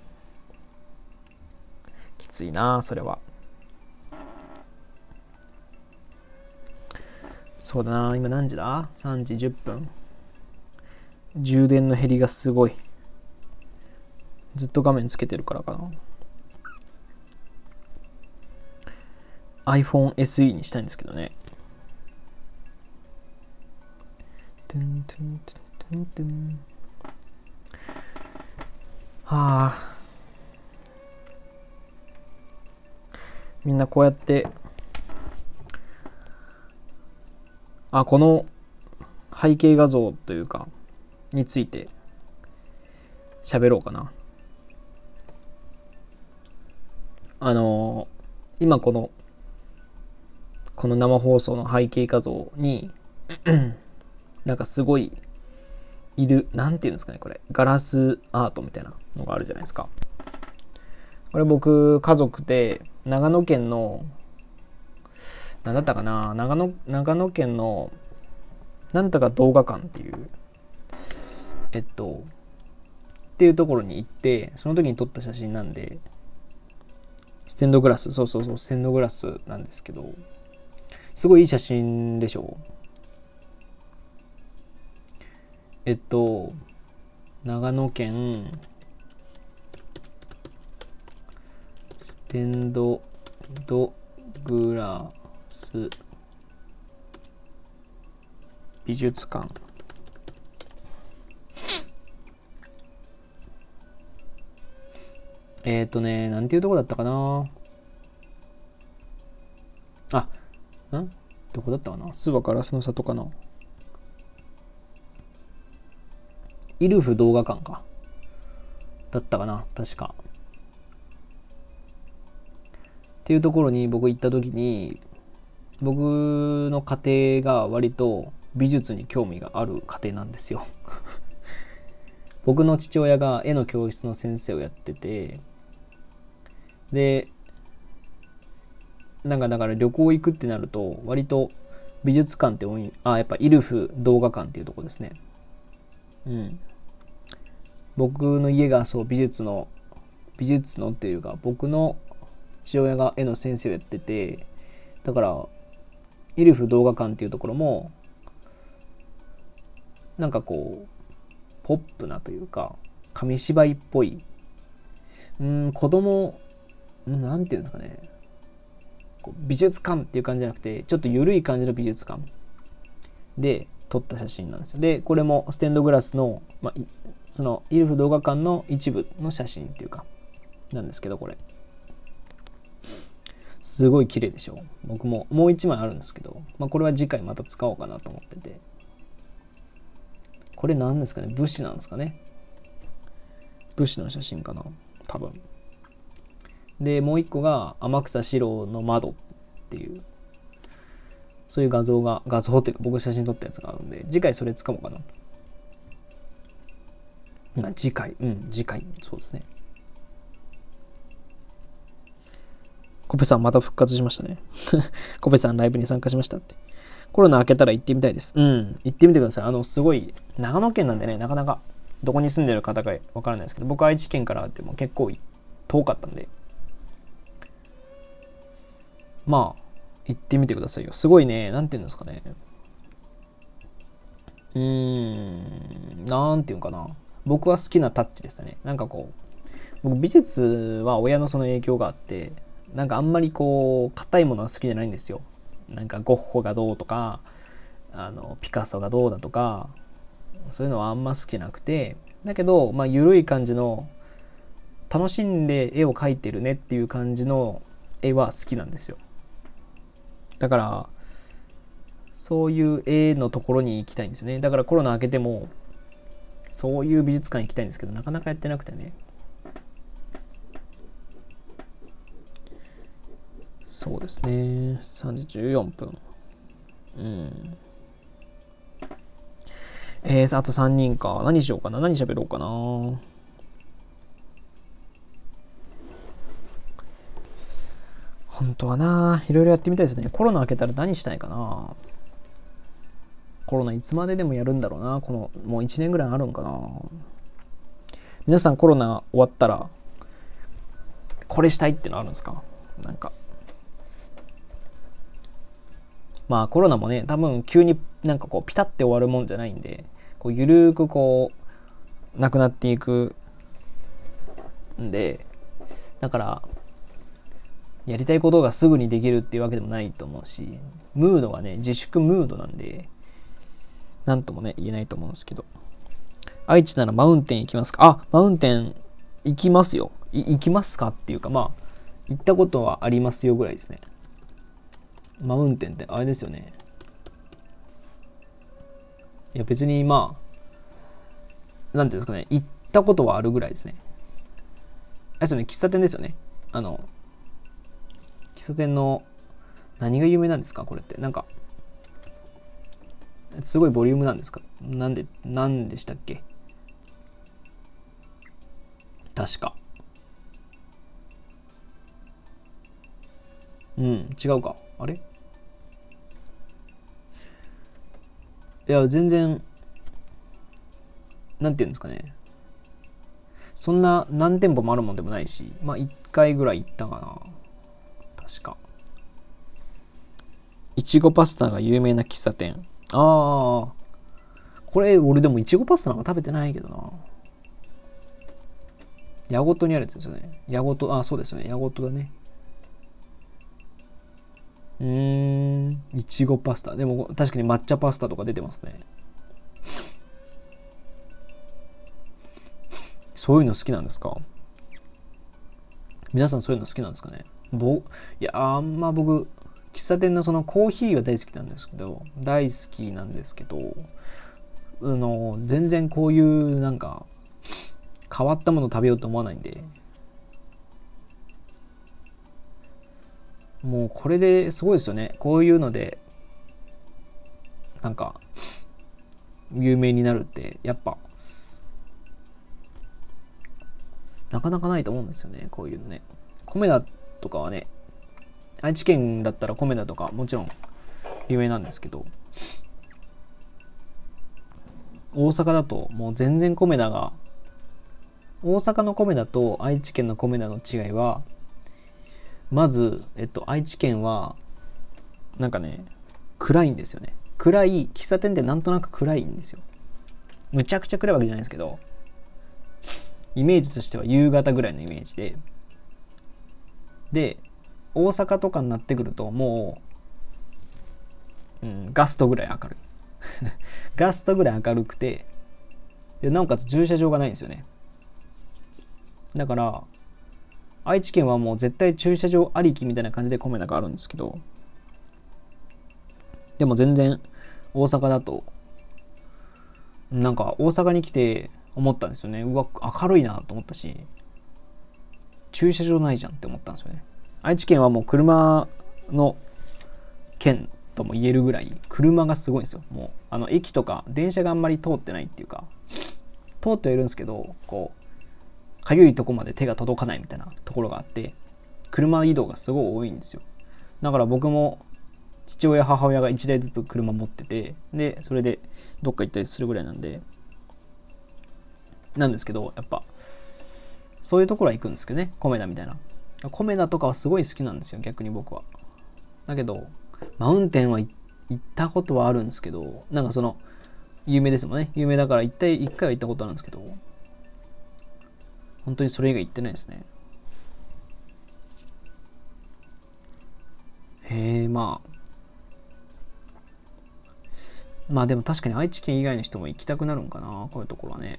きついなそれは。そうだな、今何時だ ?さんじじゅっぷん。充電の減りがすごい。ずっと画面つけてるからかな。 iPhone エスイー にしたいんですけどね。トゥントゥントゥントゥン。はあ、みんなこうやって、あ、この背景画像というかについて喋ろうかな。あのー、今このこの生放送の背景画像になんかすごいいる、なんていうんですかね、これガラスアートみたいなのがあるじゃないですか。これ僕家族で長野県のなんだったかな、長野長野県のなんとか動画館っていうえっとっていうところに行って、その時に撮った写真なんで、 テンドグラス、そうそうそう、ステンドグラスなんですけど、すごいいい写真でしょ。えっと、長野県、ステンドドグラス美術館。えっ、ー、とね、なんていうとこだったかな。あ、んどこだったかな。諏訪ガラスの里かな。イルフ動画館か。だったかな、確か。っていうところに僕行った時に、僕の家庭が割と美術に興味がある家庭なんですよ。僕の父親が絵の教室の先生をやってて、で、なんかだから旅行行くってなると割と美術館って多い。あ、やっぱイルフ動画館っていうとこですね。うん。僕の家がそう美術の美術のっていうか、僕の父親が絵の先生をやってて、だからイルフ動画館っていうところもなんかこうポップなというか紙芝居っぽい、うーん子供なんていうんですかね、美術館っていう感じじゃなくてちょっと緩い感じの美術館で撮った写真なんですよ。でこれもステンドグラスの、まあ、そのイルフ動画館の一部の写真っていうかなんですけど、これすごい綺麗でしょ。僕ももう一枚あるんですけど、まあ、これは次回また使おうかなと思ってて、これ何ですかね、武士なんですかね、武士の写真かな多分。でもう一個が天草四郎の窓っていう、そういう画像が画像っていうか僕写真撮ったやつがあるんで、次回それ使おうかな。まあ次回うん次回そうですね。コペさんまた復活しましたね。コペさんライブに参加しましたって。コロナ明けたら行ってみたいです。うん、行ってみてください。あのすごい長野県なんでね、なかなかどこに住んでる方かわからないですけど、僕は愛知県からでも結構遠かったんで、まあ行ってみてくださいよ。すごいね、なんていうんですかね。うーん、なんていうかな。僕は好きなタッチでしたね。なんかこう、僕美術は親のその影響があって、なんかあんまりこう硬いものは好きじゃないんですよ。なんかゴッホがどうとか、あのピカソがどうだとか、そういうのはあんま好きなくて、だけどまあ緩い感じの楽しんで絵を描いてるねっていう感じの絵は好きなんですよ。だからそういう絵のところに行きたいんですよね。だからコロナ明けてもそういう美術館行きたいんですけど、なかなかやってなくてね。そうですね、さんじじゅうよんぷん。うん。えー、あとさんにんか。何しようかな、何喋ろうかな。本当はないろいろやってみたいですね。コロナ明けたら何したいかな。コロナいつまででもやるんだろうな。このもういちねんぐらいあるんかな。皆さんコロナ終わったらこれしたいってのあるんですか。なんかまあコロナもね、多分急になんかこうピタって終わるもんじゃないんで、こうゆるーくこうなくなっていくんで、だからやりたいことがすぐにできるっていうわけでもないと思うし、ムードがね自粛ムードなんでなんともね言えないと思うんですけど、愛知ならマウンテン行きますか。あ、マウンテン行きますよ。行きますかっていうか、まあ行ったことはありますよぐらいですね。マウンテンってあれですよね。いや別にまあなんていうんですかね、行ったことはあるぐらいですね。あれですよね、喫茶店ですよね。あの喫茶店の何が有名なんですかこれって。なんかすごいボリュームなんですか。なんでなんでしたっけ。確かうん違うか。あれいや全然なんていうんですかね、そんな何店舗もあるもんでもないし、まあいっかいぐらい行ったかな。 確か。いちごパスタが有名な喫茶店。ああ、これ俺でもいちごパスタなんか食べてないけどな。矢ごとにあるやつですよね。矢ごと、あ、そうですよね。矢ごとだね。うーん、いちごパスタ。でも確かに抹茶パスタとか出てますね。そういうの好きなんですか？皆さんそういうの好きなんですかね？ぼいや、あんま僕、喫茶店のそのコーヒーは大好きなんですけど、大好きなんですけど、あの、全然こういうなんか、変わったもの食べようと思わないんで、もうこれですごいですよね。こういうので、なんか、有名になるって、やっぱ、なかなかないと思うんですよね。こういうのね。コメダとかはね、愛知県だったらコメダとかもちろん有名なんですけど、大阪だともう全然コメダが、大阪のコメダと愛知県のコメダの違いは、まず、えっと、愛知県は、なんかね、暗いんですよね。暗い、喫茶店ってなんとなく暗いんですよ。むちゃくちゃ暗いわけじゃないですけど、イメージとしては夕方ぐらいのイメージで、で、大阪とかになってくるともう、うん、ガストぐらい明るい。ガストぐらい明るくて、でなおかつ駐車場がないんですよね。だから、愛知県はもう絶対駐車場ありきみたいな感じでコメダがあるんですけど、でも全然大阪だと、なんか大阪に来て思ったんですよね。うわ、明るいなと思ったし、駐車場ないじゃんって思ったんですよね。愛知県はもう車の県とも言えるぐらい車がすごいんですよ。もうあの駅とか電車があんまり通ってないっていうか、通ってはいるんですけど、こうかゆいとこまで手が届かないみたいなところがあって、車移動がすごい多いんですよ。だから僕も父親母親がいちだいずつ車持ってて、でそれでどっか行ったりするぐらいなんでなんですけど、やっぱそういうところは行くんですけどね。コメダみたいな、コメダとかはすごい好きなんですよ、逆に僕は。だけどマウンテンは行ったことはあるんですけど、なんかその有名ですもんね。有名だから一回一回は行ったことあるんですけど、本当にそれ以外行ってないですね。へえ、まあまあでも確かに愛知県以外の人も行きたくなるんかな、こういうところはね。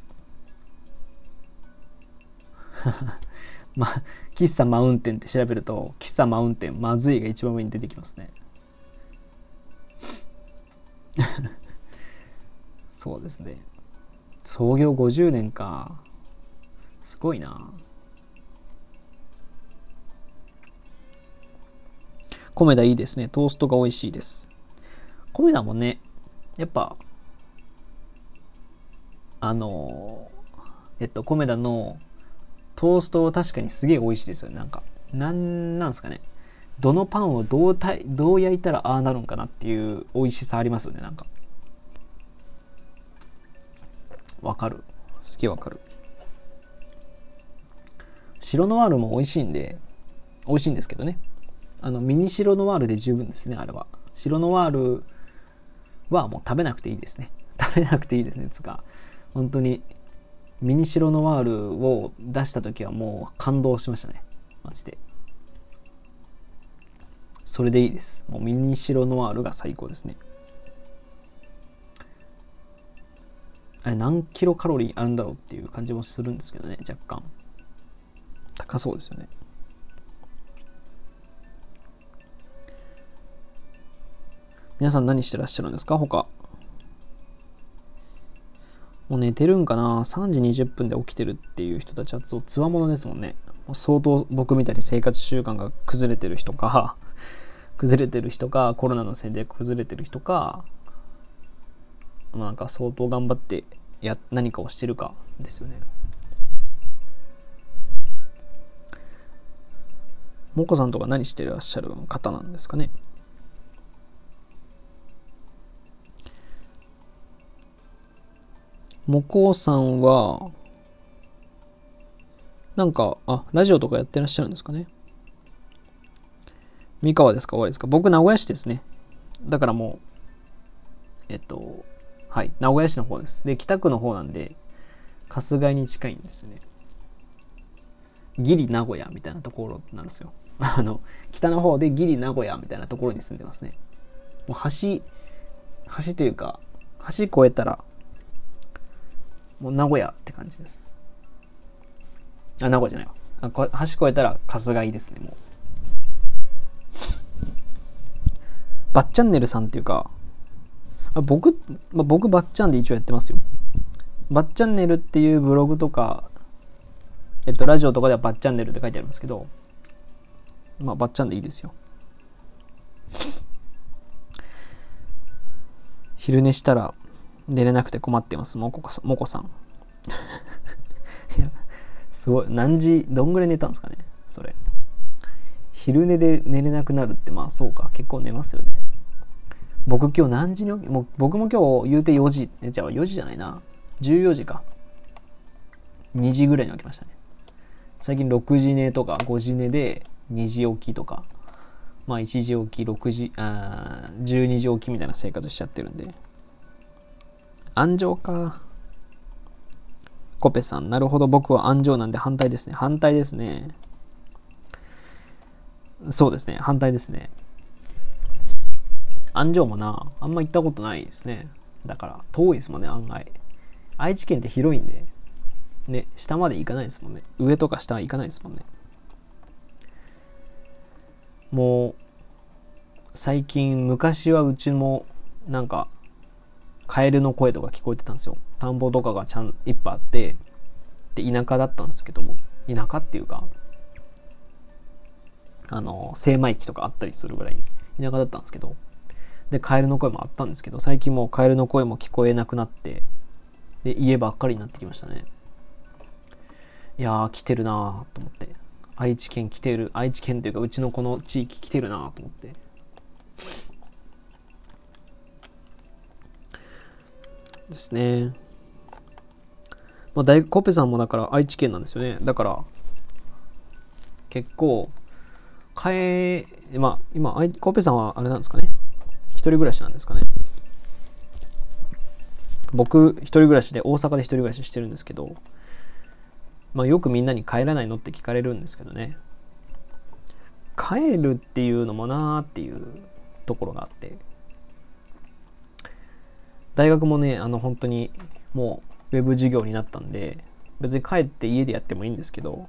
まあ喫茶マウンテンって調べると、喫茶マウンテンまずいが一番上に出てきますね。そうですね。創業ごじゅうねんか。すごいな。コメダいいですね。トーストが美味しいです。コメダもね、やっぱあのえっとコメダのトーストは確かにすげえ美味しいですよね。なんかなんなんですかね、どのパンをどうたどう焼いたらああなるんかなっていう美味しさありますよね。なんかわかる、すげえわかる。白ノワールも美味しいんで美味しいんですけどね、あのミニ白ノワールで十分ですね。あれは白ノワールはもう食べなくていいですね。食べなくていいですね。つか本当にミニ白ノワールを出した時はもう感動しましたね、マジで。それでいいです。もうミニ白ノワールが最高ですね。あれ何キロカロリーあるんだろうっていう感じもするんですけどね、若干高そうですよね。皆さん何してらっしゃるんですか？他もう寝てるんかな。さんじにじゅっぷんで起きてるっていう人たちはつわものですもんね。もう相当僕みたいに生活習慣が崩れてる人か崩れてる人かコロナのせいで崩れてる人か、なんか相当頑張ってや何かをしてるかですよね。もこさんとか何してらっしゃる方なんですかね。もこさんはなんかあラジオとかやってらっしゃるんですかね。 三河ですか、終わりですか。僕名古屋市ですね。だからもうえっとはい名古屋市の方です。で北区の方なんで春日井に近いんですよね。ギリ名古屋みたいなところなんですよ。あの北の方でギリ名古屋みたいなところに住んでますね。もう橋橋というか橋越えたらもう名古屋って感じです。あ、名古屋じゃないわ。あ、橋越えたら春日井ですね。もうバッチャンネルさんっていうか、あ僕、まあ、僕バッチャンで一応やってますよ。バッチャンネルっていうブログとか、えっと、ラジオとかではバッチャンネルって書いてありますけど、まあ、バッチャンでいいですよ。昼寝したら寝れなくて困ってます、もこさん。もこさんいや、すごい。何時、どんぐらい寝たんですかね、それ。昼寝で寝れなくなるって、まあそうか、結構寝ますよね。僕今日何時に起き、もう僕も今日言うてよじ、え、じゃあよじじゃないな。じゅうよじか。にじぐらいに起きましたね。最近ろくじ寝とかごじ寝でにじ起きとか、まあいちじ起き、ろくじ、あじゅうにじ起きみたいな生活しちゃってるんで。安城か。コペさん、なるほど、僕は安城なんで反対ですね。反対ですね。そうですね、反対ですね。安城もな、あんま行ったことないですね。だから遠いですもんね、案外。愛知県って広いんで、ね、下まで行かないですもんね。上とか下は行かないですもんね。もう、最近、昔はうちも、なんか、カエルの声とか聞こえてたんですよ。田んぼとかがちゃんいっぱいあって、で、田舎だったんですけども、田舎っていうか、あの、精米機とかあったりするぐらい田舎だったんですけど、で、カエルの声もあったんですけど、最近もうカエルの声も聞こえなくなって、で、家ばっかりになってきましたね。いやー、来てるなーと思って。愛知県来てる、愛知県というか、うちのこの地域来てるなーと思って。ですね。まあ、大コペさんもだから愛知県なんですよね。だから、結構、かえ、まあ、今、コペさんはあれなんですかね。一人暮らしなんですかね。僕、一人暮らしで、大阪で一人暮らししてるんですけど、まあ、よくみんなに帰らないのって聞かれるんですけどね。帰るっていうのもなーっていうところがあって、大学もね、あの本当にもうウェブ授業になったんで、別に帰って家でやってもいいんですけど、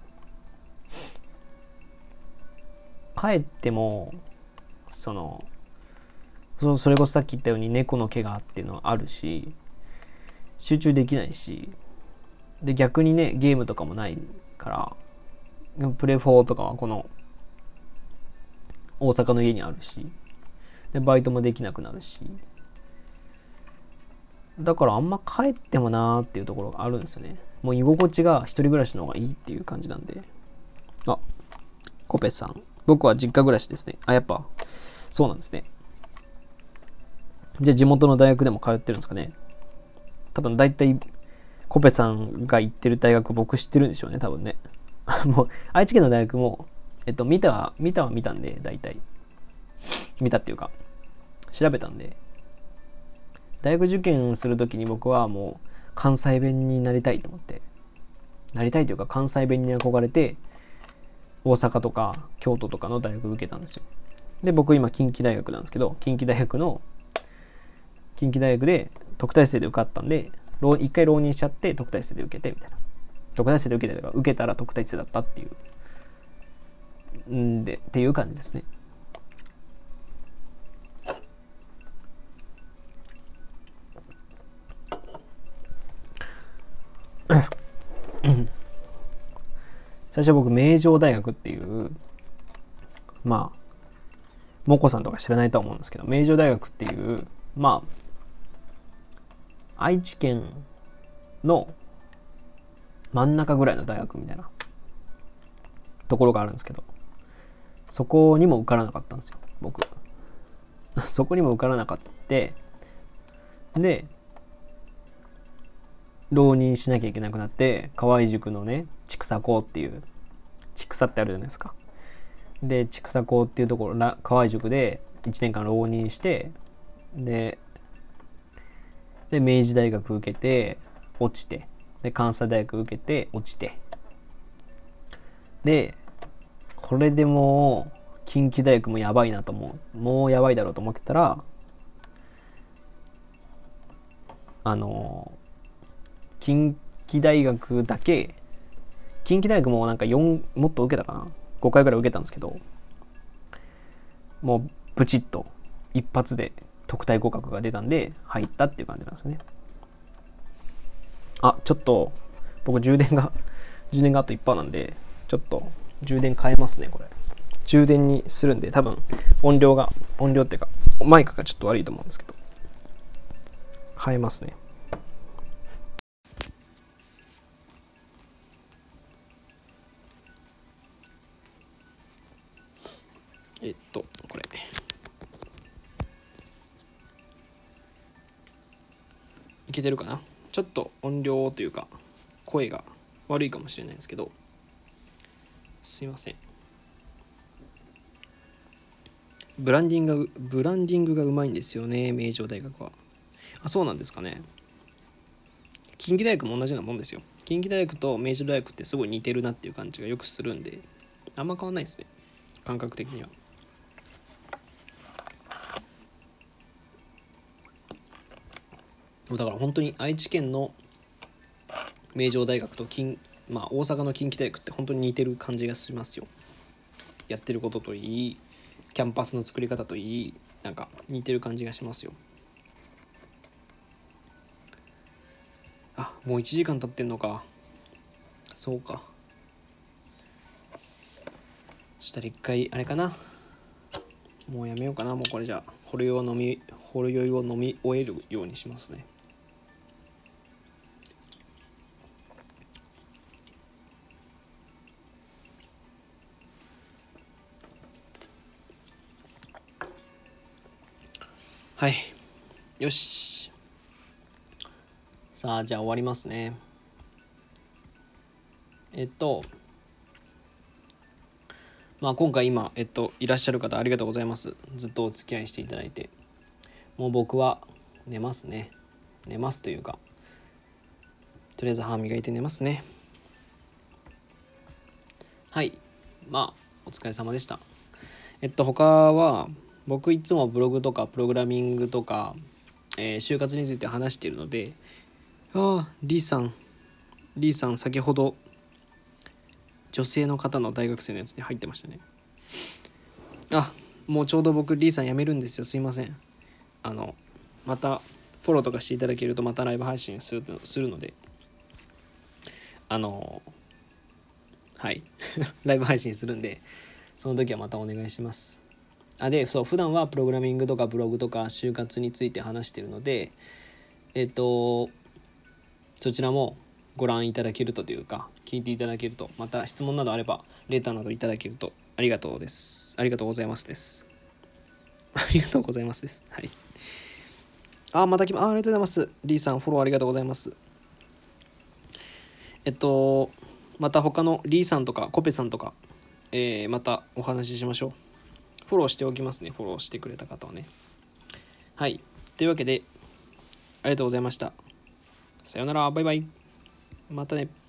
帰ってもそのそれこそさっき言ったように猫の毛がっていうのはあるし、集中できないし、で逆にねゲームとかもないから、プレフォーとかはこの大阪の家にあるし、でバイトもできなくなるし、だからあんま帰ってもなーっていうところがあるんですよね。もう居心地が一人暮らしの方がいいっていう感じなんで。あ、コペさん。僕は実家暮らしですね。あ、やっぱ、そうなんですね。じゃあ地元の大学でも通ってるんですかね。多分大体、コペさんが行ってる大学僕知ってるんでしょうね、多分ね。もう、愛知県の大学も、えっと、見たは、見たは見たんで、大体。見たっていうか、調べたんで。大学受験するときに僕はもう関西弁になりたいと思って、なりたいというか関西弁に憧れて大阪とか京都とかの大学受けたんですよ。で僕今近畿大学なんですけど、近畿大学の近畿大学で特待生で受かったんで、一回浪人しちゃって特待生で受けてみたいな、特待生で受けてとか受けたら特待生だったっていうんでっていう感じですね。最初僕名城大学っていう、まあモコさんとか知らないとは思うんですけど、名城大学っていうまあ愛知県の真ん中ぐらいの大学みたいなところがあるんですけど、そこにも受からなかったんですよ僕。そこにも受からなかった。で浪人しなきゃいけなくなって、河合塾のね千種高っていう、千種ってあるじゃないですか。 で千種高っていうところ河合塾でいちねんかん浪人して、でで明治大学受けて落ちて、で関西大学受けて落ちて、でこれでもう近畿大学もやばいなと思うもうやばいだろうと思ってたら、あの近畿大学だけ近畿大学もなんかよんもっと受けたかなごかいぐらい受けたんですけど、もうブチッと一発で特待合格が出たんで入ったっていう感じなんですよね。あ、ちょっと僕充電が充電があと いちパーセント なんで、ちょっと充電変えますね。これ充電にするんで、多分音量が音量っていうかマイクがちょっと悪いと思うんですけど、変えますね。えっとこれいけてるかな。ちょっと音量というか声が悪いかもしれないんですけど、すいません。ブランディングがブランディングがうまいんですよね、名城大学は。あ、そうなんですかね。近畿大学も同じようなもんですよ。近畿大学と明治大学ってすごい似てるなっていう感じがよくするんで、あんま変わんないですね、感覚的には。だから本当に愛知県の名城大学と近、まあ、大阪の近畿大学って本当に似てる感じがしますよ。やってることといい、キャンパスの作り方といい、なんか似てる感じがしますよ。あ、もういちじかん経ってんのか。そうか。そしたら一回あれかな、もうやめようかな。もうこれじゃほろ酔いを飲みほろ酔いを飲み終えるようにしますね。はい、よし。さあじゃあ終わりますね。えっとまあ今回今えっといらっしゃる方ありがとうございます。ずっとお付き合いしていただいて。もう僕は寝ますね。寝ますというか、とりあえず歯磨いて寝ますね。はい、まあお疲れ様でした。えっと他は僕いつもブログとかプログラミングとか、えー、就活について話しているので、ああリーさんリーさん先ほど女性の方の大学生のやつに入ってましたね。あ、もうちょうど僕リーさん辞めるんですよ。すいません。あのまたフォローとかしていただけるとまたライブ配信するするので、あのはいライブ配信するんで、その時はまたお願いします。あでそう普段はプログラミングとかブログとか就活について話しているので、えっとそちらもご覧いただけるとというか聞いていただけると、また質問などあればレターなどいただけるとありがとうです。ありがとうございますです。ありがとうございますです。はい。あまたきまあありがとうございます。リーさんフォローありがとうございます。えっとまた他のリーさんとかコペさんとか、えー、またお話ししましょう。フォローしておきますね。フォローしてくれた方はね。はい。というわけでありがとうございました。さようなら。バイバイ。またね。